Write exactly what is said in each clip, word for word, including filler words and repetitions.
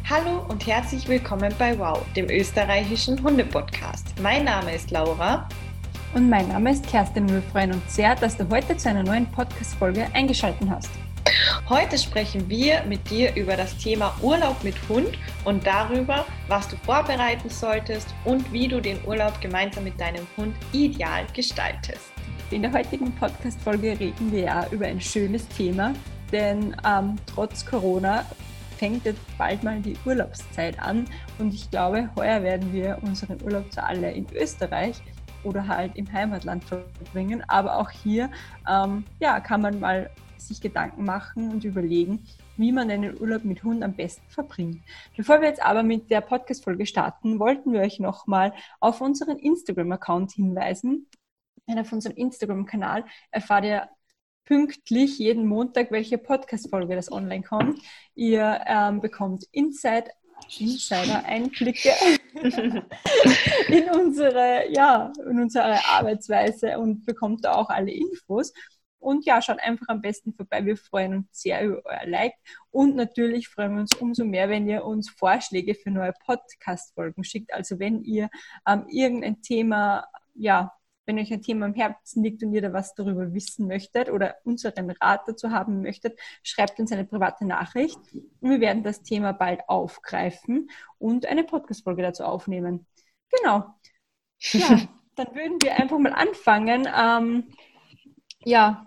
Hallo und herzlich willkommen bei WOW, dem österreichischen Hunde-Podcast. Mein Name ist Laura. Und mein Name ist Kerstin. Wir freuen uns sehr, dass du heute zu einer neuen Podcast-Folge eingeschaltet hast. Heute sprechen wir mit dir über das Thema Urlaub mit Hund und darüber, was du vorbereiten solltest und wie du den Urlaub gemeinsam mit deinem Hund ideal gestaltest. In der heutigen Podcast-Folge reden wir ja über ein schönes Thema, denn ähm, trotz Corona fängt jetzt bald mal die Urlaubszeit an und ich glaube, heuer werden wir unseren Urlaub zwar alle in Österreich oder halt im Heimatland verbringen, aber auch hier ähm, ja, kann man mal sich Gedanken machen und überlegen, wie man einen Urlaub mit Hund am besten verbringt. Bevor wir jetzt aber mit der Podcast-Folge starten, wollten wir euch nochmal auf unseren Instagram-Account hinweisen. Denn auf unserem Instagram-Kanal erfahrt ihr pünktlich jeden Montag, welche Podcast-Folge das online kommt. Ihr ähm, bekommt Inside, Insider-Einblicke in unsere, ja, in unsere Arbeitsweise und bekommt da auch alle Infos. Und ja, schaut einfach am besten vorbei. Wir freuen uns sehr über euer Like. Und natürlich freuen wir uns umso mehr, wenn ihr uns Vorschläge für neue Podcast-Folgen schickt. Also wenn ihr ähm, irgendein Thema, ja, wenn euch ein Thema am Herzen liegt und ihr da was darüber wissen möchtet oder unseren Rat dazu haben möchtet, schreibt uns eine private Nachricht. Und wir werden das Thema bald aufgreifen und eine Podcast-Folge dazu aufnehmen. Genau. Ja, dann würden wir einfach mal anfangen. Ähm, ja,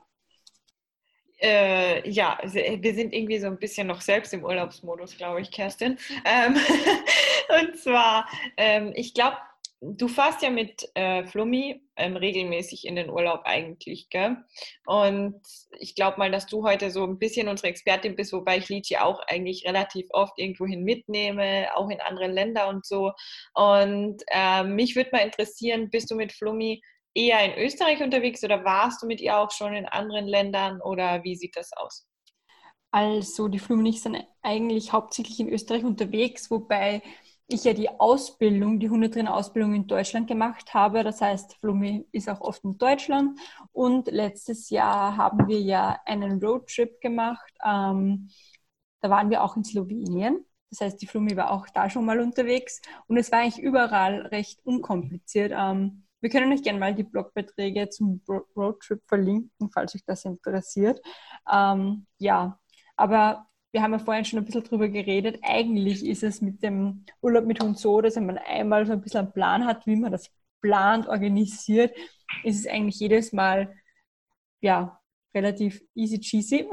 Äh, ja, wir sind irgendwie so ein bisschen noch selbst im Urlaubsmodus, glaube ich, Kerstin. Ähm, und zwar, ähm, ich glaube, du fährst ja mit äh, Flummi ähm, regelmäßig in den Urlaub eigentlich, gell? Und ich glaube mal, dass du heute so ein bisschen unsere Expertin bist, wobei ich Lici auch eigentlich relativ oft irgendwohin mitnehme, auch in andere Länder und so. Und äh, mich würde mal interessieren, bist du mit Flummi eher in Österreich unterwegs oder warst du mit ihr auch schon in anderen Ländern oder wie sieht das aus? Also die Flummi und ich sind eigentlich hauptsächlich in Österreich unterwegs, wobei ich ja die Ausbildung, die Hundetrainer-Ausbildung in Deutschland gemacht habe. Das heißt, Flummi ist auch oft in Deutschland. Und letztes Jahr haben wir ja einen Roadtrip gemacht. Ähm, da waren wir auch in Slowenien. Das heißt, die Flummi war auch da schon mal unterwegs. Und es war eigentlich überall recht unkompliziert. Ähm, wir können euch gerne mal die Blogbeiträge zum Roadtrip verlinken, falls euch das interessiert. Ähm, ja, aber wir haben ja vorhin schon ein bisschen drüber geredet. Eigentlich ist es mit dem Urlaub mit Hund so, dass wenn man einmal so ein bisschen einen Plan hat, wie man das plant, organisiert, ist es eigentlich jedes Mal ja, relativ easy cheesy.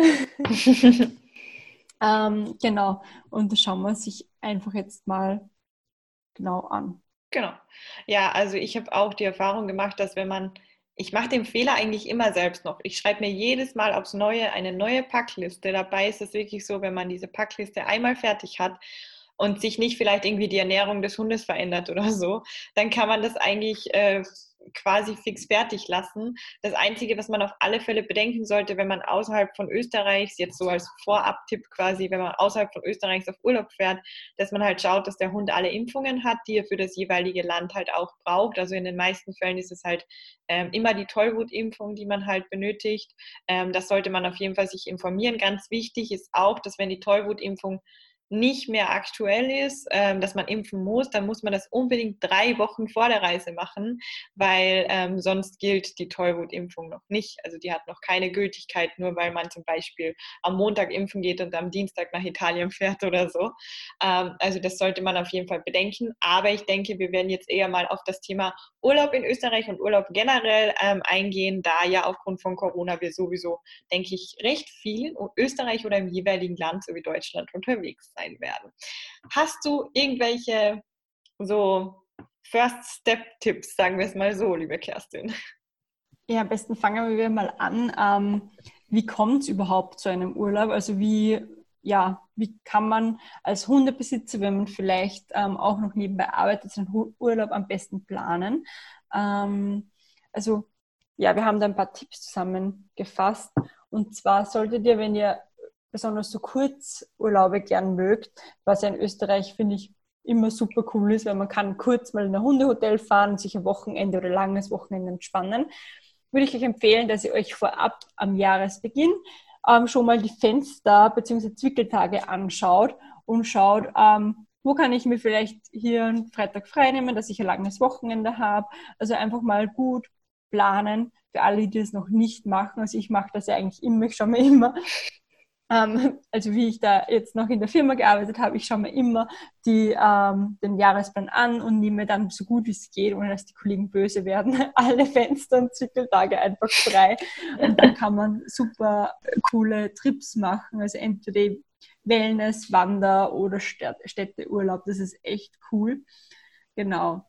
ähm, genau. Und das schauen wir sich einfach jetzt mal genau an. Genau. Ja, also ich habe auch die Erfahrung gemacht, dass wenn man, ich mache den Fehler eigentlich immer selbst noch. Ich schreibe mir jedes Mal aufs Neue eine neue Packliste. Dabei ist es wirklich so, wenn man diese Packliste einmal fertig hat und sich nicht vielleicht irgendwie die Ernährung des Hundes verändert oder so, dann kann man das eigentlich äh, quasi fix fertig lassen. Das Einzige, was man auf alle Fälle bedenken sollte, wenn man außerhalb von Österreichs, jetzt so als Vorab-Tipp quasi, wenn man außerhalb von Österreichs auf Urlaub fährt, dass man halt schaut, dass der Hund alle Impfungen hat, die er für das jeweilige Land halt auch braucht. Also in den meisten Fällen ist es halt ähm, immer die Tollwutimpfung, die man halt benötigt. Ähm, das sollte man auf jeden Fall sich informieren. Ganz wichtig ist auch, dass wenn die Tollwutimpfung nicht mehr aktuell ist, ähm, dass man impfen muss, dann muss man das unbedingt drei Wochen vor der Reise machen, weil ähm, sonst gilt die Tollwutimpfung noch nicht. Also die hat noch keine Gültigkeit, nur weil man zum Beispiel am Montag impfen geht und am Dienstag nach Italien fährt oder so. Ähm, also das sollte man auf jeden Fall bedenken. Aber ich denke, wir werden jetzt eher mal auf das Thema Urlaub in Österreich und Urlaub generell ähm, eingehen, da ja aufgrund von Corona wir sowieso, denke ich, recht viel in Österreich oder im jeweiligen Land sowie Deutschland unterwegs sein werden. Hast du irgendwelche so First-Step-Tipps, sagen wir es mal so, liebe Kerstin? Ja, am besten fangen wir mal an. Ähm, wie kommt es überhaupt zu einem Urlaub? Also wie, ja, wie kann man als Hundebesitzer, wenn man vielleicht ähm, auch noch nebenbei arbeitet, seinen Urlaub am besten planen? Ähm, also ja, wir haben da ein paar Tipps zusammengefasst. Und zwar solltet ihr, wenn ihr besonders so Kurzurlaube gern mögt, was ja in Österreich, finde ich, immer super cool ist, weil man kann kurz mal in ein Hundehotel fahren und sich ein Wochenende oder ein langes Wochenende entspannen, würde ich euch empfehlen, dass ihr euch vorab am Jahresbeginn ähm, schon mal die Fenster bzw. Zwickeltage anschaut und schaut, ähm, wo kann ich mir vielleicht hier einen Freitag frei nehmen, dass ich ein langes Wochenende habe. Also einfach mal gut planen für alle, die das noch nicht machen. Also ich mache das ja eigentlich immer, ich schaue mir immer, ähm, also wie ich da jetzt noch in der Firma gearbeitet habe, ich schaue mir immer die, ähm, den Jahresplan an und nehme dann so gut wie es geht, ohne dass die Kollegen böse werden, alle Fenster und Zirkeltage einfach frei. Und dann kann man super coole Trips machen, also entweder Wellness, Wander- oder Städteurlaub. Das ist echt cool. Genau.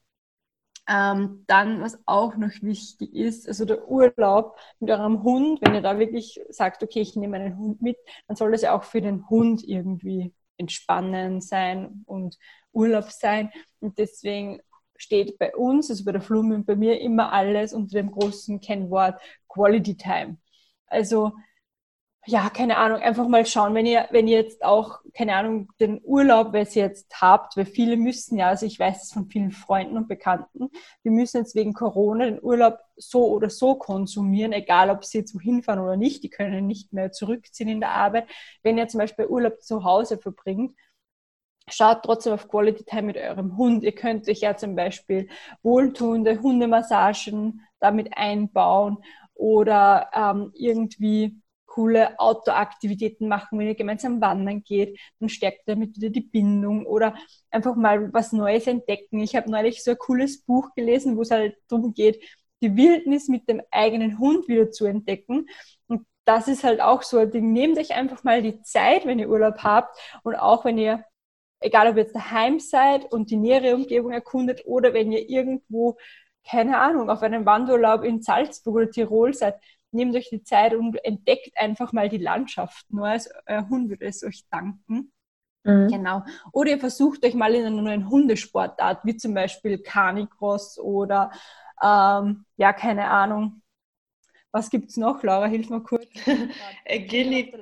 Ähm, dann, was auch noch wichtig ist, also der Urlaub mit eurem Hund, wenn ihr da wirklich sagt, okay, ich nehme meinen Hund mit, dann soll das ja auch für den Hund irgendwie entspannend sein und Urlaub sein. Und deswegen steht bei uns, also bei der Flumi und bei mir, immer alles unter dem großen Kennwort Quality Time. Also ja, keine Ahnung, einfach mal schauen, wenn ihr, wenn ihr jetzt auch, keine Ahnung, den Urlaub, wenn ihr jetzt habt, weil viele müssen ja, also ich weiß das von vielen Freunden und Bekannten, die müssen jetzt wegen Corona den Urlaub so oder so konsumieren, egal ob sie jetzt wohin fahren oder nicht, die können nicht mehr zurückziehen in der Arbeit. Wenn ihr zum Beispiel Urlaub zu Hause verbringt, schaut trotzdem auf Quality Time mit eurem Hund. Ihr könnt euch ja zum Beispiel wohltuende Hundemassagen damit einbauen oder ähm, irgendwie coole Outdoor-Aktivitäten machen, wenn ihr gemeinsam wandern geht, dann stärkt damit wieder die Bindung oder einfach mal was Neues entdecken. Ich habe neulich so ein cooles Buch gelesen, wo es halt darum geht, die Wildnis mit dem eigenen Hund wieder zu entdecken. Und das ist halt auch so ein Ding. Nehmt euch einfach mal die Zeit, wenn ihr Urlaub habt und auch wenn ihr, egal ob ihr jetzt daheim seid und die nähere Umgebung erkundet oder wenn ihr irgendwo, keine Ahnung, auf einem Wanderurlaub in Salzburg oder Tirol seid, nehmt euch die Zeit und entdeckt einfach mal die Landschaft. Nur als euer Hund wird es euch danken. Mhm. Genau. Oder ihr versucht euch mal in einer neuen Hundesportart, wie zum Beispiel Canicross oder ähm, ja, keine Ahnung. Was gibt es noch, Laura? Hilf mir kurz. Agility,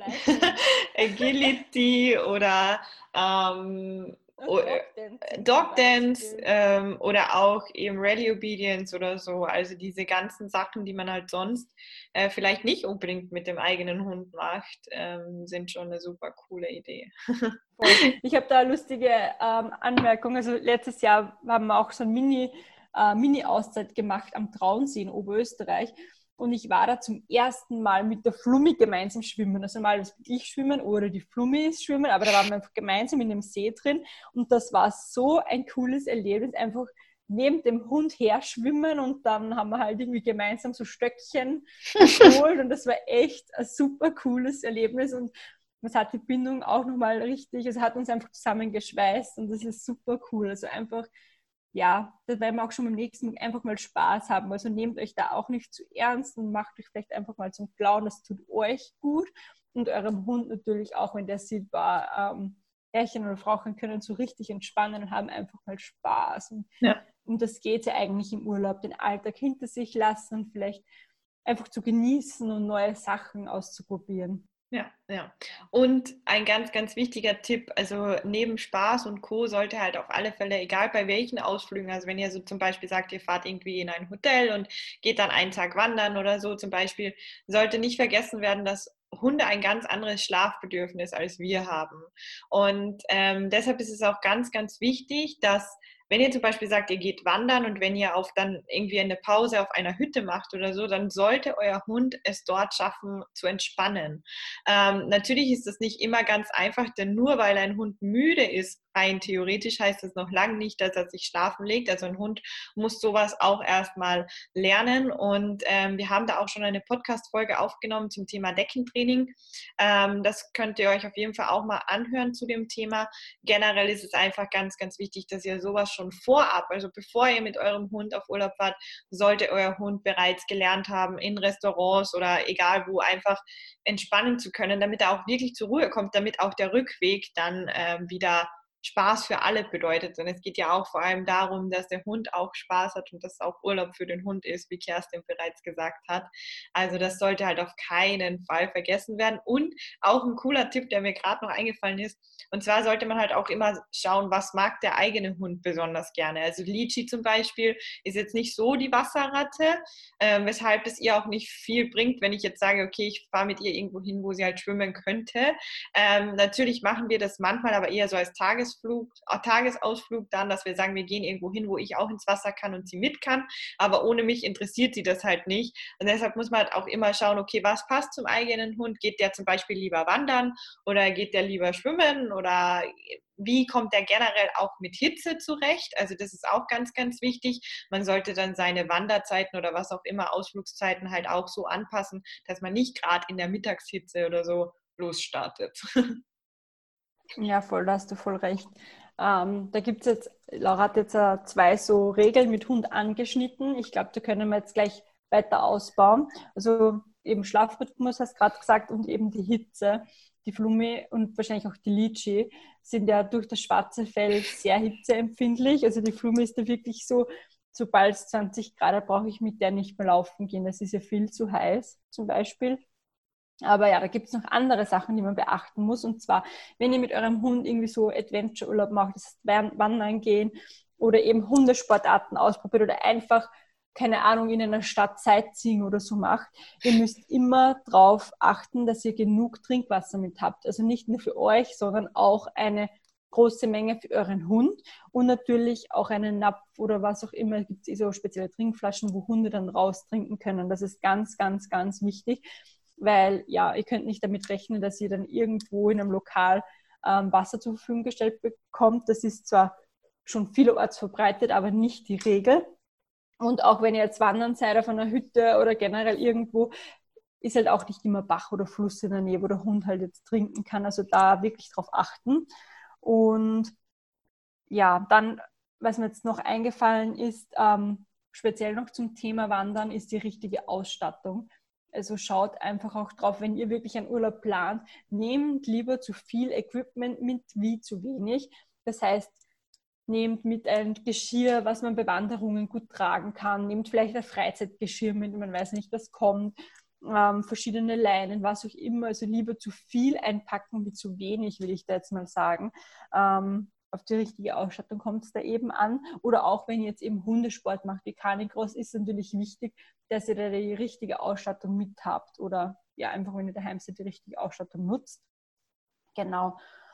Agility oder ähm, Dog Dance ähm, oder auch eben Rally Obedience oder so. Also diese ganzen Sachen, die man halt sonst äh, vielleicht nicht unbedingt mit dem eigenen Hund macht, ähm, sind schon eine super coole Idee. Voll. Ich habe da eine lustige ähm, Anmerkung. Also letztes Jahr haben wir auch so ein Mini, äh, Mini-Auszeit gemacht am Traunsee in Oberösterreich. Und ich war da zum ersten Mal mit der Flummi gemeinsam schwimmen. Also mal ich schwimmen oder die Flummi schwimmen, aber da waren wir einfach gemeinsam in dem See drin. Und das war so ein cooles Erlebnis, einfach neben dem Hund her schwimmen und dann haben wir halt irgendwie gemeinsam so Stöckchen geholt und das war echt ein super cooles Erlebnis und das hat die Bindung auch nochmal richtig, es hat uns einfach zusammengeschweißt und das ist super cool. Also einfach, ja, das werden wir auch schon beim nächsten Mal einfach mal Spaß haben. Also nehmt euch da auch nicht zu ernst und macht euch vielleicht einfach mal zum Clown, das tut euch gut und eurem Hund natürlich auch, wenn der sieht, war, ähm, Herrchen oder Frauchen können so richtig entspannen und haben einfach mal Spaß. Und ja. Um das geht es ja eigentlich im Urlaub, den Alltag hinter sich lassen und vielleicht einfach zu genießen und neue Sachen auszuprobieren. Ja, ja. Und ein ganz, ganz wichtiger Tipp, also neben Spaß und Co. sollte halt auf alle Fälle, egal bei welchen Ausflügen, also wenn ihr so zum Beispiel sagt, ihr fahrt irgendwie in ein Hotel und geht dann einen Tag wandern oder so zum Beispiel, sollte nicht vergessen werden, dass Hunde ein ganz anderes Schlafbedürfnis als wir haben. Und ähm, deshalb ist es auch ganz, ganz wichtig, dass wenn ihr zum Beispiel sagt, ihr geht wandern und wenn ihr auf dann irgendwie eine Pause auf einer Hütte macht oder so, dann sollte euer Hund es dort schaffen zu entspannen. Ähm, natürlich ist das nicht immer ganz einfach, denn nur weil ein Hund müde ist, rein theoretisch heißt das noch lange nicht, dass er sich schlafen legt. Also ein Hund muss sowas auch erstmal lernen und ähm, wir haben da auch schon eine Podcast-Folge aufgenommen zum Thema Deckentraining. Ähm, das könnt ihr euch auf jeden Fall auch mal anhören zu dem Thema. Generell ist es einfach ganz, ganz wichtig, dass ihr sowas schon vorab, also bevor ihr mit eurem Hund auf Urlaub fahrt, sollte euer Hund bereits gelernt haben, in Restaurants oder egal wo einfach entspannen zu können, damit er auch wirklich zur Ruhe kommt, damit auch der Rückweg dann äh, wieder Spaß für alle bedeutet. Und es geht ja auch vor allem darum, dass der Hund auch Spaß hat und dass auch Urlaub für den Hund ist, wie Kerstin bereits gesagt hat. Also das sollte halt auf keinen Fall vergessen werden. Und auch ein cooler Tipp, der mir gerade noch eingefallen ist, und zwar sollte man halt auch immer schauen, was mag der eigene Hund besonders gerne. Also Lichi zum Beispiel ist jetzt nicht so die Wasserratte, äh, weshalb es ihr auch nicht viel bringt, wenn ich jetzt sage, okay, ich fahre mit ihr irgendwo hin, wo sie halt schwimmen könnte. Ähm, natürlich machen wir das manchmal, aber eher so als Tagesflug, Tagesausflug dann, dass wir sagen, wir gehen irgendwo hin, wo ich auch ins Wasser kann und sie mit kann, aber ohne mich interessiert sie das halt nicht. Und deshalb muss man halt auch immer schauen, okay, was passt zum eigenen Hund? Geht der zum Beispiel lieber wandern oder geht der lieber schwimmen oder wie kommt der generell auch mit Hitze zurecht? Also das ist auch ganz, ganz wichtig. Man sollte dann seine Wanderzeiten oder was auch immer, Ausflugszeiten halt auch so anpassen, dass man nicht gerade in der Mittagshitze oder so losstartet. Ja, voll, da hast du voll recht. Ähm, da gibt es jetzt, Laura hat jetzt äh, zwei so Regeln mit Hund angeschnitten. Ich glaube, da können wir jetzt gleich weiter ausbauen. Also eben Schlafrhythmus, hast du gerade gesagt, und eben die Hitze. Die Flummi und wahrscheinlich auch die Lichi sind ja durch das schwarze Fell sehr hitzeempfindlich. Also die Flummi ist da wirklich so, sobald es zwanzig Grad hat, brauche ich mit der nicht mehr laufen gehen. Das ist ja viel zu heiß zum Beispiel. Aber ja, da gibt es noch andere Sachen, die man beachten muss. Und zwar, wenn ihr mit eurem Hund irgendwie so Adventure-Urlaub macht, das heißt wandern gehen oder eben Hundesportarten ausprobiert oder einfach, keine Ahnung, in einer Stadt Sightseeing oder so macht, ihr müsst immer darauf achten, dass ihr genug Trinkwasser mit habt. Also nicht nur für euch, sondern auch eine große Menge für euren Hund und natürlich auch einen Napf oder was auch immer. Es gibt so spezielle Trinkflaschen, wo Hunde dann raus trinken können. Das ist ganz, ganz, ganz wichtig. Weil ja, ihr könnt nicht damit rechnen, dass ihr dann irgendwo in einem Lokal ähm, Wasser zur Verfügung gestellt bekommt. Das ist zwar schon vielerorts verbreitet, aber nicht die Regel. Und auch wenn ihr jetzt wandern seid auf einer Hütte oder generell irgendwo, ist halt auch nicht immer Bach oder Fluss in der Nähe, wo der Hund halt jetzt trinken kann. Also da wirklich drauf achten. Und ja, dann, was mir jetzt noch eingefallen ist, ähm, speziell noch zum Thema Wandern, ist die richtige Ausstattung. Also schaut einfach auch drauf, wenn ihr wirklich einen Urlaub plant, nehmt lieber zu viel Equipment mit wie zu wenig. Das heißt, nehmt mit ein Geschirr, was man bei Wanderungen gut tragen kann. Nehmt vielleicht ein Freizeitgeschirr mit, man weiß nicht, was kommt. Ähm, verschiedene Leinen, was auch immer. Also lieber zu viel einpacken wie zu wenig, will ich da jetzt mal sagen. Ähm, auf die richtige Ausstattung kommt es da eben an. Oder auch wenn ihr jetzt eben Hundesport macht wie Canicross, ist natürlich wichtig, dass ihr da die richtige Ausstattung mit habt. Oder ja, einfach wenn ihr daheim seid, die richtige Ausstattung nutzt. Genau.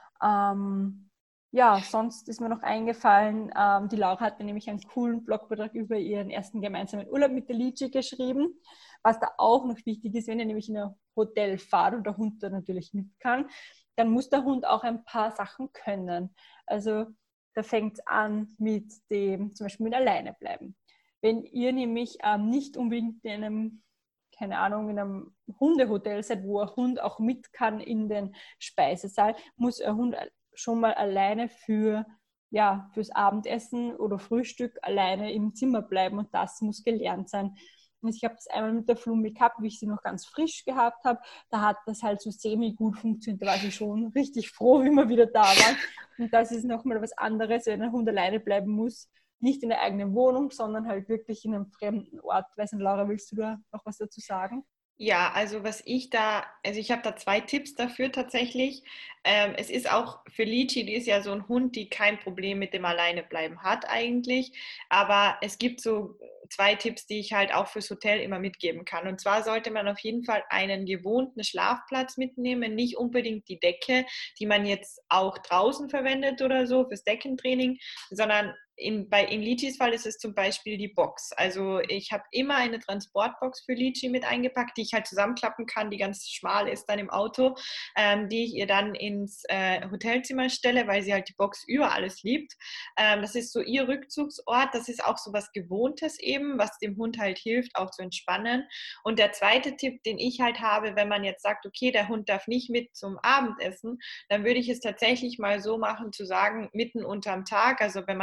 Ähm, ja, sonst ist mir noch eingefallen, ähm, die Laura hat mir nämlich einen coolen Blogbeitrag über ihren ersten gemeinsamen Urlaub mit der Lichi geschrieben. Was da auch noch wichtig ist, wenn ihr nämlich in ein Hotel fahrt und der Hund da natürlich mit kann, dann muss der Hund auch ein paar Sachen können. Also da fängt es an mit dem, zum Beispiel mit alleine bleiben. Wenn ihr nämlich ähm, nicht unbedingt in einem, keine Ahnung, in einem Hundehotel seid, wo ein Hund auch mit kann in den Speisesaal, muss ein Hund schon mal alleine für, ja, fürs Abendessen oder Frühstück alleine im Zimmer bleiben und das muss gelernt sein. Und ich habe das einmal mit der Flummi gehabt, wie ich sie noch ganz frisch gehabt habe. Da hat das halt so semi-gut funktioniert. Da war sie schon richtig froh, wie wir wieder da waren. Und das ist nochmal was anderes, wenn ein Hund alleine bleiben muss. Nicht in der eigenen Wohnung, sondern halt wirklich in einem fremden Ort. Weiß nicht, Laura, willst du da noch was dazu sagen? Ja, also was ich da, also ich habe da zwei Tipps dafür tatsächlich. Ähm, es ist auch für Lichi, die ist ja so ein Hund, die kein Problem mit dem Alleinebleiben hat eigentlich. Aber es gibt so zwei Tipps, die ich halt auch fürs Hotel immer mitgeben kann. Und zwar sollte man auf jeden Fall einen gewohnten Schlafplatz mitnehmen, nicht unbedingt die Decke, die man jetzt auch draußen verwendet oder so fürs Deckentraining, sondern in, bei, in Lichis Fall ist es zum Beispiel die Box. Also ich habe immer eine Transportbox für Lichi mit eingepackt, die ich halt zusammenklappen kann, die ganz schmal ist dann im Auto, ähm, die ich ihr dann ins äh, Hotelzimmer stelle, weil sie halt die Box über alles liebt. Ähm, das ist so ihr Rückzugsort, das ist auch so was Gewohntes eben, was dem Hund halt hilft, auch zu entspannen. Und der zweite Tipp, den ich halt habe, wenn man jetzt sagt, okay, der Hund darf nicht mit zum Abendessen, dann würde ich es tatsächlich mal so machen, zu sagen, mitten unterm Tag, also wenn man halt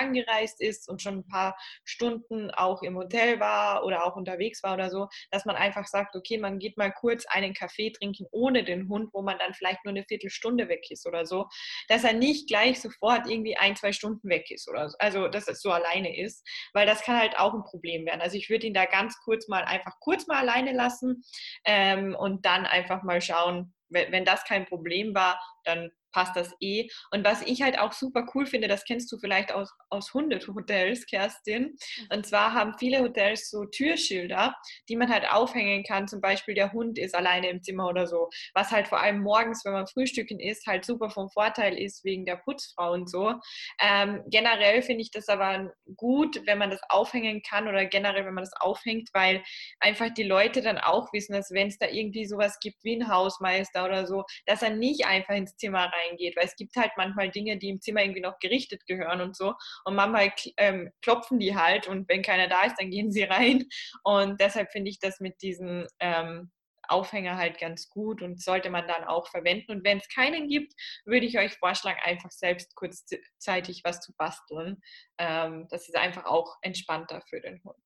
angereist ist und schon ein paar Stunden auch im Hotel war oder auch unterwegs war oder so, dass man einfach sagt, okay, man geht mal kurz einen Kaffee trinken ohne den Hund, wo man dann vielleicht nur eine Viertelstunde weg ist oder so, dass er nicht gleich sofort irgendwie ein, zwei Stunden weg ist oder so, also dass es so alleine ist, weil das kann halt auch ein Problem werden. Also ich würde ihn da ganz kurz mal einfach kurz mal alleine lassen ähm, und dann einfach mal schauen, wenn, wenn das kein Problem war, dann passt das eh. Und was ich halt auch super cool finde, das kennst du vielleicht aus, aus Hundehotels, Kerstin. Und zwar haben viele Hotels so Türschilder, die man halt aufhängen kann. Zum Beispiel der Hund ist alleine im Zimmer oder so. Was halt vor allem morgens, wenn man frühstücken isst, halt super vom Vorteil ist wegen der Putzfrau und so. Ähm, generell finde ich das aber gut, wenn man das aufhängen kann oder generell, wenn man das aufhängt, weil einfach die Leute dann auch wissen, dass wenn es da irgendwie sowas gibt wie ein Hausmeister oder so, dass er nicht einfach ins Zimmer rein geht, weil es gibt halt manchmal Dinge, die im Zimmer irgendwie noch gerichtet gehören und so und manchmal ähm, klopfen die halt und wenn keiner da ist, dann gehen sie rein und deshalb finde ich das mit diesen ähm, Aufhänger halt ganz gut und sollte man dann auch verwenden und wenn es keinen gibt, würde ich euch vorschlagen, einfach selbst kurzzeitig was zu basteln. Ähm, das ist einfach auch entspannter für den Hund.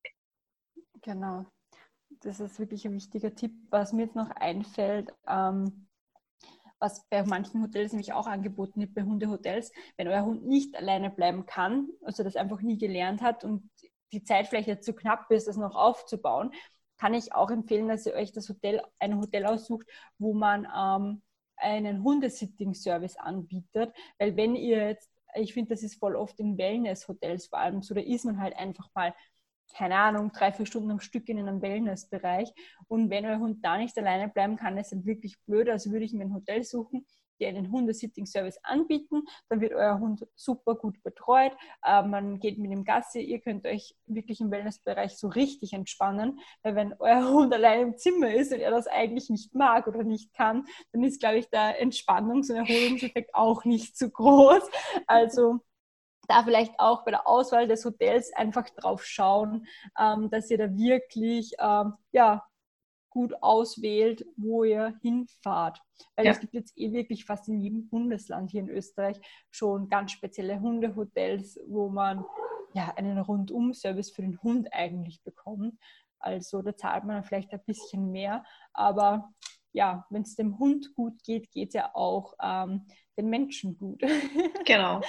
Genau, das ist wirklich ein wichtiger Tipp. Was mir jetzt noch einfällt, ähm, was bei manchen Hotels nämlich auch angeboten wird, bei Hundehotels, wenn euer Hund nicht alleine bleiben kann, also das einfach nie gelernt hat und die Zeit vielleicht jetzt zu knapp ist, das noch aufzubauen, kann ich auch empfehlen, dass ihr euch das Hotel, ein Hotel aussucht, wo man ähm, einen Hundesitting-Service anbietet, weil wenn ihr jetzt, ich finde, das ist voll oft in Wellness-Hotels vor allem so, da ist man halt einfach mal keine Ahnung, drei, vier Stunden am Stück in einem Wellnessbereich. Und wenn euer Hund da nicht alleine bleiben kann, ist es wirklich blöd. Also würde ich mir ein Hotel suchen, die einen Hundesitting-Service anbieten. Dann wird euer Hund super gut betreut. Äh, man geht mit dem Gassi. Ihr könnt euch wirklich im Wellnessbereich so richtig entspannen. Weil wenn euer Hund allein im Zimmer ist und er das eigentlich nicht mag oder nicht kann, dann ist, glaube ich, der Entspannungs- und Erholungseffekt auch nicht so groß. Also da vielleicht auch bei der Auswahl des Hotels einfach drauf schauen, ähm, dass ihr da wirklich ähm, ja, gut auswählt, wo ihr hinfahrt. Weil Ja. es gibt jetzt eh wirklich fast in jedem Bundesland hier in Österreich schon ganz spezielle Hundehotels, wo man ja einen Rundum-Service für den Hund eigentlich bekommt. Also da zahlt man vielleicht ein bisschen mehr, aber ja, wenn es dem Hund gut geht, geht es ja auch ähm, den Menschen gut. Genau,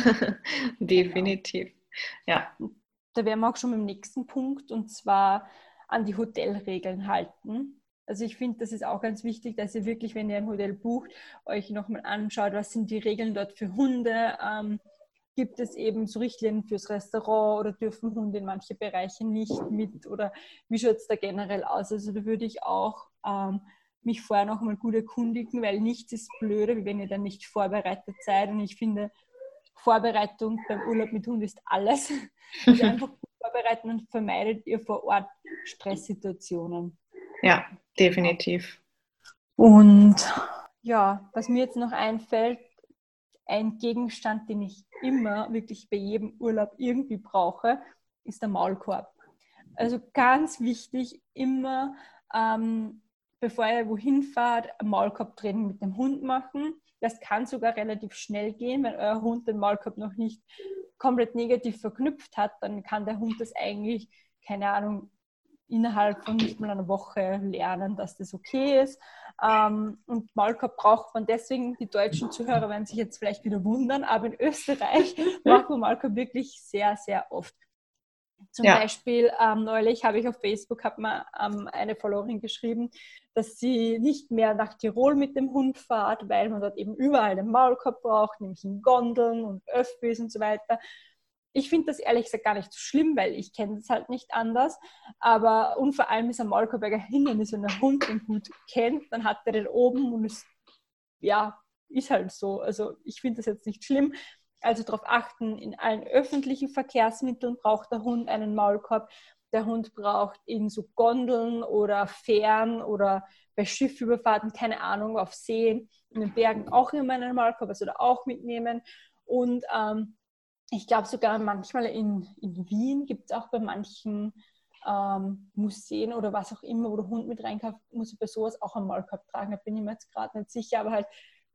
Genau. definitiv. Ja. Da wären wir auch schon beim nächsten Punkt und zwar an die Hotelregeln halten. Also ich finde, das ist auch ganz wichtig, dass ihr wirklich, wenn ihr ein Hotel bucht, euch nochmal anschaut, was sind die Regeln dort für Hunde. Ähm, gibt es eben so Richtlinien fürs Restaurant oder dürfen Hunde in manche Bereiche nicht mit oder wie schaut es da generell aus? Also da würde ich auch ähm, mich vorher nochmal gut erkundigen, weil nichts ist blöder, wie wenn ihr dann nicht vorbereitet seid. Und ich finde, Vorbereitung beim Urlaub mit Hund ist alles. Also einfach gut vorbereiten und vermeidet ihr vor Ort Stresssituationen. Ja, definitiv. Und ja, was mir jetzt noch einfällt, ein Gegenstand, den ich immer wirklich bei jedem Urlaub irgendwie brauche, ist der Maulkorb. Also ganz wichtig, immer ähm, bevor ihr wohin fahrt, ein Maulkorbtraining mit dem Hund machen. Das kann sogar relativ schnell gehen, wenn euer Hund den Maulkorb noch nicht komplett negativ verknüpft hat, dann kann der Hund das eigentlich, keine Ahnung, innerhalb von nicht mal einer Woche lernen, dass das okay ist. Ähm, und Maulkorb braucht man deswegen, die deutschen Zuhörer werden sich jetzt vielleicht wieder wundern, aber in Österreich braucht man Maulkorb wirklich sehr, sehr oft. Zum Ja. Beispiel ähm, neulich habe ich auf Facebook hat mir ähm, eine Followerin geschrieben, dass sie nicht mehr nach Tirol mit dem Hund fährt, weil man dort eben überall den Maulkorb braucht, nämlich in Gondeln und Öffis und so weiter. Ich finde das ehrlich gesagt gar nicht so schlimm, weil ich kenne das halt nicht anders. Aber und vor allem ist ein Maulkorb ein Hindernis, wenn der Hund den gut kennt, dann hat er den oben und es ja, ist halt so. Also ich finde das jetzt nicht schlimm. Also darauf achten, in allen öffentlichen Verkehrsmitteln braucht der Hund einen Maulkorb. Der Hund braucht in so Gondeln oder Fähren oder bei Schiffüberfahrten, keine Ahnung, auf Seen, in den Bergen auch immer einen Maulkorb, also da auch mitnehmen. Und ähm, ich glaube sogar manchmal in, in Wien gibt es auch bei manchen ähm, Museen oder was auch immer, wo der Hund mit reinkauft, muss ich bei sowas auch einen Maulkorb tragen. Da bin ich mir jetzt gerade nicht sicher, aber halt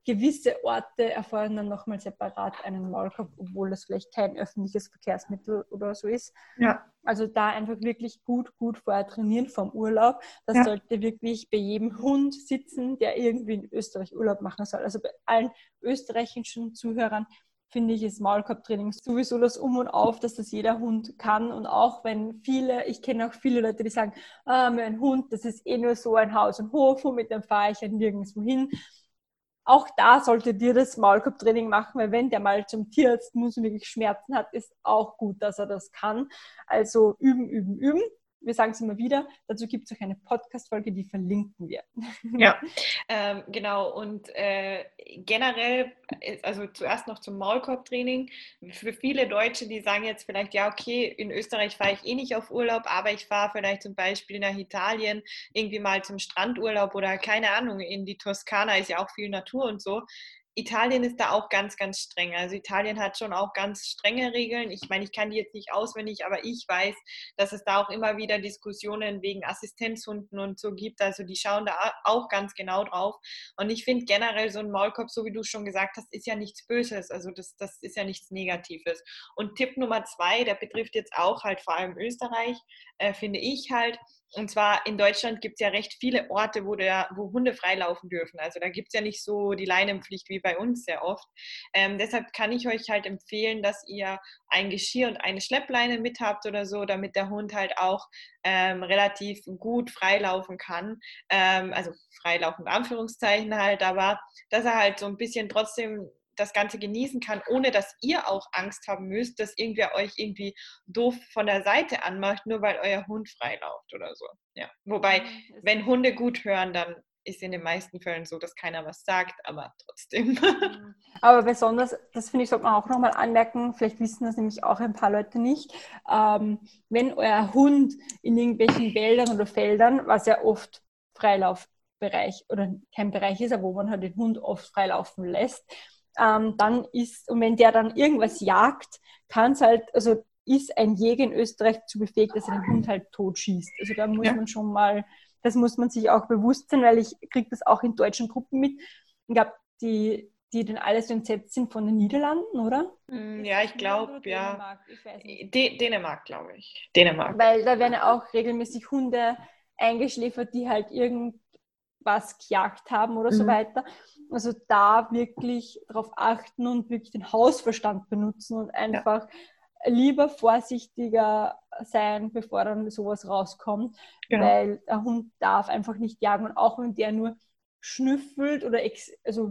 gewisse Orte erfordern dann nochmal separat einen Maulkorb, obwohl das vielleicht kein öffentliches Verkehrsmittel oder so ist. Ja. Also da einfach wirklich gut, gut vorher trainieren vom Urlaub. Das Ja. sollte wirklich bei jedem Hund sitzen, der irgendwie in Österreich Urlaub machen soll. Also bei allen österreichischen Zuhörern finde ich, ist Maulkorbtraining sowieso das Um und Auf, dass das jeder Hund kann. Und auch wenn viele, ich kenne auch viele Leute, die sagen, ah, mein Hund, das ist eh nur so ein Haus- und Hofhund, mit dem fahre ich ja nirgendwo hin. Auch da solltet ihr das Maulkorbtraining machen, weil wenn der mal zum Tierarzt muss und wirklich Schmerzen hat, ist auch gut, dass er das kann. Also üben, üben, üben. Wir sagen es immer wieder. Dazu gibt es auch eine Podcast-Folge, die verlinken wir. Ja, ähm, genau. Und äh, generell, also zuerst noch zum Maulkorbtraining. Für viele Deutsche, die sagen jetzt vielleicht, ja, okay, in Österreich fahre ich eh nicht auf Urlaub, aber ich fahre vielleicht zum Beispiel nach Italien irgendwie mal zum Strandurlaub oder keine Ahnung, in die Toskana ist ja auch viel Natur und so. Italien ist da auch ganz, ganz streng. Also Italien hat schon auch ganz strenge Regeln. Ich meine, ich kann die jetzt nicht auswendig, aber ich weiß, dass es da auch immer wieder Diskussionen wegen Assistenzhunden und so gibt. Also die schauen da auch ganz genau drauf. Und ich finde generell so ein Maulkorb, so wie du schon gesagt hast, ist ja nichts Böses. Also das, das ist ja nichts Negatives. Und Tipp Nummer zwei, der betrifft jetzt auch halt vor allem Österreich, äh, finde ich halt. Und zwar in Deutschland gibt es ja recht viele Orte, wo, der, wo Hunde freilaufen dürfen. Also da gibt es ja nicht so die Leinenpflicht wie bei uns sehr oft. Ähm, deshalb kann ich euch halt empfehlen, dass ihr ein Geschirr und eine Schleppleine mit habt oder so, damit der Hund halt auch ähm, relativ gut freilaufen kann. Ähm, also freilaufen in Anführungszeichen halt, aber dass er halt so ein bisschen trotzdem das Ganze genießen kann, ohne dass ihr auch Angst haben müsst, dass irgendwer euch irgendwie doof von der Seite anmacht, nur weil euer Hund freiläuft oder so. Ja. Wobei, wenn Hunde gut hören, dann ist in den meisten Fällen so, dass keiner was sagt, aber trotzdem. Aber besonders, das finde ich, sollte man auch nochmal anmerken, vielleicht wissen das nämlich auch ein paar Leute nicht, ähm, wenn euer Hund in irgendwelchen Wäldern oder Feldern, was ja oft Freilaufbereich oder kein Bereich ist, aber wo man halt den Hund oft freilaufen lässt, ähm, dann ist, und wenn der dann irgendwas jagt, kann es halt, also ist ein Jäger in Österreich zu befähigt, dass er den Hund halt totschießt. Also da muss ja. man schon mal, das muss man sich auch bewusst sein, weil ich kriege das auch in deutschen Gruppen mit. Ich glaube, die, die dann alle so entsetzt sind von den Niederlanden, oder? Mm, ja, ich glaube, ja. Ich weiß nicht. D- Dänemark, glaube ich. Dänemark. Weil da werden ja auch regelmäßig Hunde eingeschläfert, die halt irgendwas gejagt haben oder mhm. so weiter. Also da wirklich darauf achten und wirklich den Hausverstand benutzen und einfach ja. lieber vorsichtiger sein, bevor dann sowas rauskommt, genau. Weil der Hund darf einfach nicht jagen und auch wenn der nur schnüffelt oder ex- also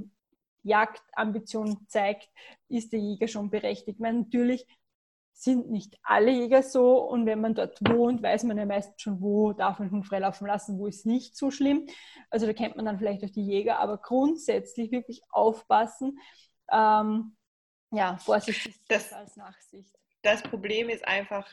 Jagdambition zeigt, ist der Jäger schon berechtigt. Ich meine, natürlich sind nicht alle Jäger so und wenn man dort wohnt, weiß man ja meistens schon, wo darf man den Hund freilaufen lassen, wo ist nicht so schlimm. Also da kennt man dann vielleicht auch die Jäger, aber grundsätzlich wirklich aufpassen, ähm, ja, vorsichtig das, als Nachsicht. Das Problem ist einfach,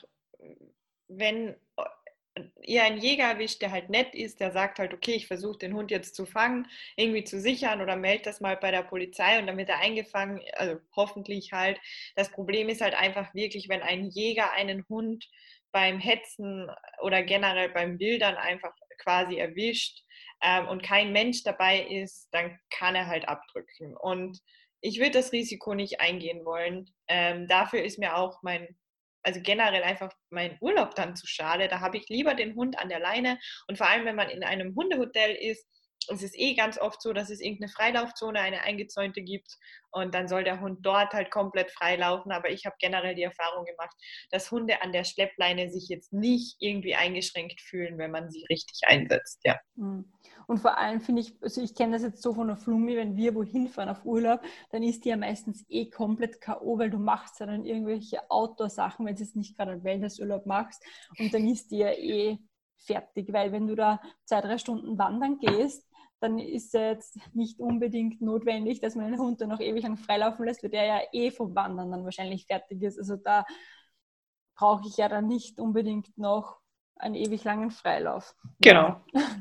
wenn ihr einen Jäger erwischt, der halt nett ist, der sagt halt, okay, ich versuche den Hund jetzt zu fangen, irgendwie zu sichern oder meldet das mal bei der Polizei und dann wird er eingefangen, also hoffentlich halt. Das Problem ist halt einfach wirklich, wenn ein Jäger einen Hund beim Hetzen oder generell beim Wildern einfach quasi erwischt ähm, und kein Mensch dabei ist, dann kann er halt abdrücken. Und ich würde das Risiko nicht eingehen wollen. Ähm, dafür ist mir auch mein also generell einfach mein Urlaub dann zu schade. Da habe ich lieber den Hund an der Leine und vor allem, wenn man in einem Hundehotel ist, es ist eh ganz oft so, dass es irgendeine Freilaufzone, eine eingezäunte gibt und dann soll der Hund dort halt komplett frei laufen, aber ich habe generell die Erfahrung gemacht, dass Hunde an der Schleppleine sich jetzt nicht irgendwie eingeschränkt fühlen, wenn man sie richtig einsetzt, ja. Und vor allem finde ich, also ich kenne das jetzt so von der Flummi, wenn wir wohin fahren auf Urlaub, dann ist die ja meistens eh komplett K O, weil du machst ja dann irgendwelche Outdoor-Sachen, wenn du jetzt nicht gerade einen Wellnessurlaub machst und dann ist die ja eh fertig, weil wenn du da zwei, drei Stunden wandern gehst, dann ist es jetzt nicht unbedingt notwendig, dass man den Hund dann noch ewig lang freilaufen lässt, weil der ja eh vom Wandern dann wahrscheinlich fertig ist. Also da brauche ich ja dann nicht unbedingt noch einen ewig langen Freilauf. Genau.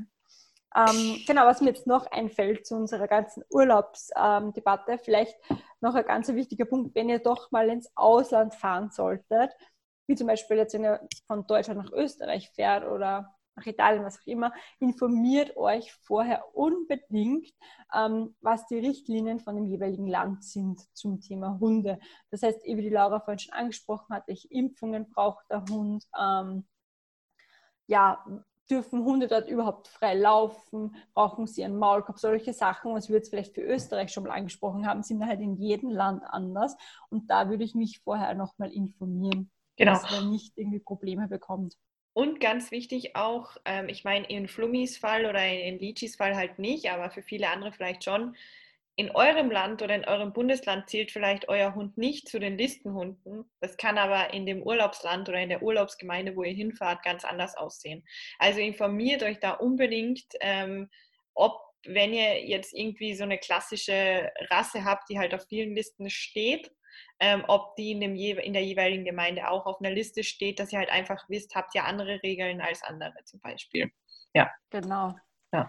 ähm, genau, was mir jetzt noch einfällt zu unserer ganzen Urlaubsdebatte, ähm, vielleicht noch ein ganz wichtiger Punkt, wenn ihr doch mal ins Ausland fahren solltet, wie zum Beispiel jetzt, wenn ihr von Deutschland nach Österreich fährt oder nach Italien, was auch immer, informiert euch vorher unbedingt, ähm, was die Richtlinien von dem jeweiligen Land sind zum Thema Hunde. Das heißt, wie die Laura vorhin schon angesprochen hat, welche Impfungen braucht der Hund, ähm, ja, dürfen Hunde dort überhaupt frei laufen, brauchen sie einen Maulkorb, solche Sachen, was wir jetzt vielleicht für Österreich schon mal angesprochen haben, sind halt in jedem Land anders und da würde ich mich vorher nochmal informieren, Genau. dass man nicht irgendwie Probleme bekommt. Und ganz wichtig auch, ähm, ich meine in Flummis Fall oder in, in Lichis Fall halt nicht, aber für viele andere vielleicht schon, in eurem Land oder in eurem Bundesland zählt vielleicht euer Hund nicht zu den Listenhunden. Das kann aber in dem Urlaubsland oder in der Urlaubsgemeinde, wo ihr hinfahrt, ganz anders aussehen. Also informiert euch da unbedingt, ähm, ob, wenn ihr jetzt irgendwie so eine klassische Rasse habt, die halt auf vielen Listen steht, ähm, ob die in, dem, in der jeweiligen Gemeinde auch auf einer Liste steht, dass ihr halt einfach wisst, habt ihr andere Regeln als andere zum Beispiel. Ja. Genau. Ja.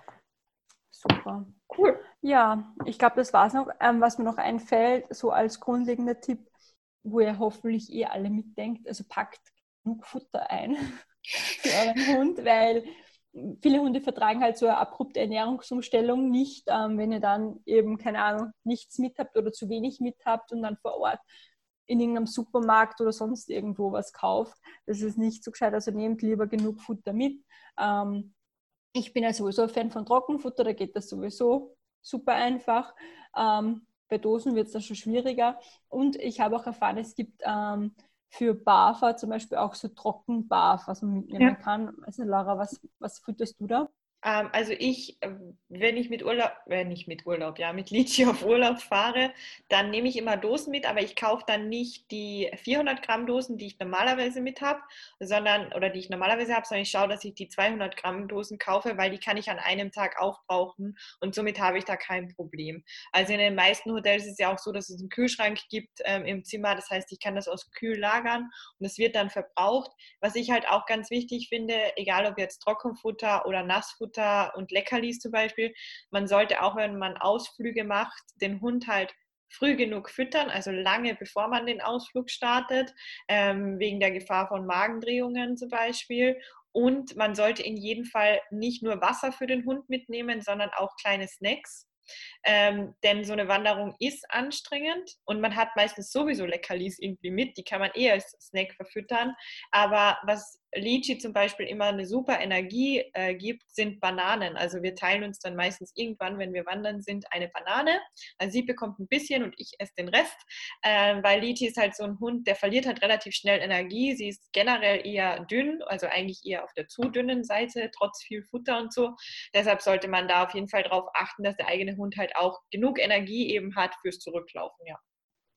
Super. Cool. Ja, ich glaube, das war es noch. Ähm, was mir noch einfällt, so als grundlegender Tipp, wo ihr hoffentlich eh alle mitdenkt, also packt genug Futter ein für euren Hund, weil viele Hunde vertragen halt so eine abrupte Ernährungsumstellung nicht, ähm, wenn ihr dann eben, keine Ahnung, nichts mit habt oder zu wenig mit habt und dann vor Ort in irgendeinem Supermarkt oder sonst irgendwo was kauft. Das ist nicht so gescheit, also nehmt lieber genug Futter mit. Ähm, ich bin ja sowieso ein Fan von Trockenfutter, da geht das sowieso super einfach. Ähm, bei Dosen wird es dann schon schwieriger. Und ich habe auch erfahren, es gibt ähm, für Barfer zum Beispiel auch so Trockenbarf, was man mitnehmen Ja. kann. Also Laura, was, was fütterst du da? Ähm, also ich, wenn ich mit Urlaub, äh, nicht mit Urlaub, ja, mit Lichi auf Urlaub fahre, dann nehme ich immer Dosen mit, aber ich kaufe dann nicht die vierhundert Gramm Dosen, die ich normalerweise mit habe, sondern, oder die ich normalerweise habe, sondern ich schaue, dass ich die zweihundert Gramm Dosen kaufe, weil die kann ich an einem Tag aufbrauchen und somit habe ich da kein Problem. Also in den meisten Hotels ist es ja auch so, dass es einen Kühlschrank gibt ähm, im Zimmer, das heißt, ich kann das aus kühl lagern und es wird dann verbraucht. Was ich halt auch ganz wichtig finde, egal ob jetzt Trockenfutter oder Nassfutter und Leckerlis zum Beispiel, man sollte auch, wenn man Ausflüge macht, den Hund halt früh genug füttern, also lange bevor man den Ausflug startet, ähm, wegen der Gefahr von Magendrehungen zum Beispiel. Und man sollte in jedem Fall nicht nur Wasser für den Hund mitnehmen, sondern auch kleine Snacks. Ähm, denn so eine Wanderung ist anstrengend und man hat meistens sowieso Leckerlis irgendwie mit, die kann man eher als Snack verfüttern. Aber was Lichi zum Beispiel immer eine super Energie äh, gibt, sind Bananen. Also wir teilen uns dann meistens irgendwann, wenn wir wandern sind, eine Banane. Also sie bekommt ein bisschen und ich esse den Rest, äh, weil Lichi ist halt so ein Hund, der verliert halt relativ schnell Energie. Sie ist generell eher dünn, also eigentlich eher auf der zu dünnen Seite, trotz viel Futter und so. Deshalb sollte man da auf jeden Fall darauf achten, dass der eigene Hund halt auch genug Energie eben hat fürs Zurücklaufen, ja.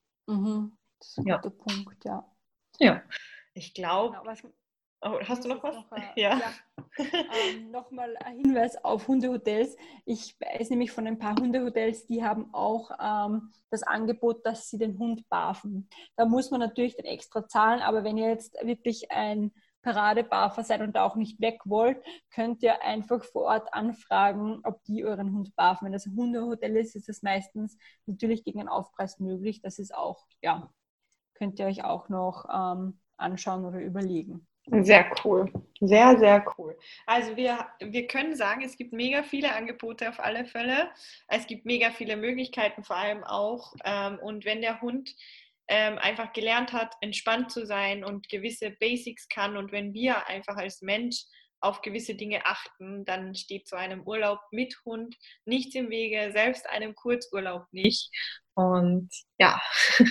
Mhm. Das ist ein Ja. guter Punkt, ja. Ja. Ich glaube. Genau, was, Oh, hast du noch was? Noch, äh, ja. ja. ähm, Nochmal ein Hinweis auf Hundehotels. Ich weiß nämlich von ein paar Hundehotels, die haben auch ähm, das Angebot, dass sie den Hund barfen. Da muss man natürlich dann extra zahlen, aber wenn ihr jetzt wirklich ein Paradebarfer seid und da auch nicht weg wollt, könnt ihr einfach vor Ort anfragen, ob die euren Hund barfen. Wenn das ein Hundehotel ist, ist es meistens natürlich gegen einen Aufpreis möglich. Das ist auch, ja, könnt ihr euch auch noch ähm, anschauen oder überlegen. Sehr cool. Sehr, sehr cool. Also wir, wir können sagen, es gibt mega viele Angebote auf alle Fälle. Es gibt mega viele Möglichkeiten vor allem auch. Ähm, und wenn der Hund ähm, einfach gelernt hat, entspannt zu sein und gewisse Basics kann und wenn wir einfach als Mensch auf gewisse Dinge achten, dann steht zu einem Urlaub mit Hund nichts im Wege, selbst einem Kurzurlaub nicht. Und ja.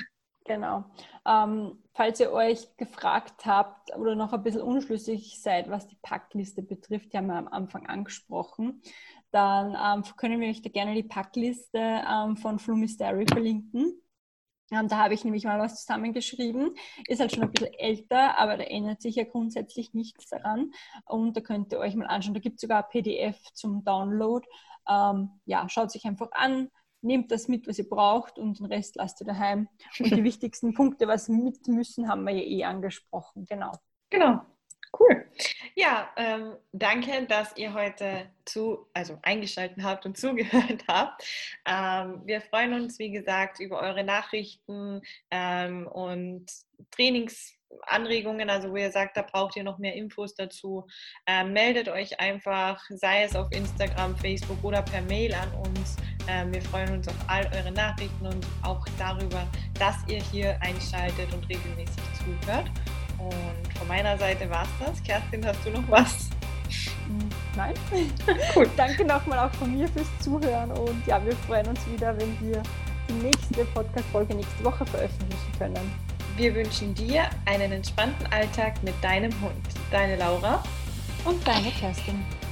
Genau. Ähm, falls ihr euch gefragt habt oder noch ein bisschen unschlüssig seid, was die Packliste betrifft, die haben wir am Anfang angesprochen, dann ähm, können wir euch da gerne die Packliste ähm, von Flumisteri verlinken. Ähm, da habe ich nämlich mal was zusammengeschrieben. Ist halt schon ein bisschen älter, aber da ändert sich ja grundsätzlich nichts daran. Und da könnt ihr euch mal anschauen. Da gibt es sogar ein P D F zum Download. Ähm, ja, schaut sich einfach an. Nehmt das mit, was ihr braucht und den Rest lasst ihr daheim. Und die wichtigsten Punkte, was mit müssen, haben wir ja eh angesprochen. Genau. Genau. Cool. Ja, ähm, danke, dass ihr heute zu, also eingeschaltet habt und zugehört habt. Ähm, wir freuen uns, wie gesagt, über eure Nachrichten ähm, und Trainings. Anregungen, also wo ihr sagt, da braucht ihr noch mehr Infos dazu, äh, meldet euch einfach, sei es auf Instagram, Facebook oder per Mail an uns. Äh, wir freuen uns auf all eure Nachrichten und auch darüber, dass ihr hier einschaltet und regelmäßig zuhört. Und von meiner Seite war es das. Kerstin, hast du noch was? Nein. Gut. Danke nochmal auch von mir fürs Zuhören und ja, wir freuen uns wieder, wenn wir die nächste Podcast-Folge nächste Woche veröffentlichen können. Wir wünschen dir einen entspannten Alltag mit deinem Hund. Deine Laura und deine Kerstin.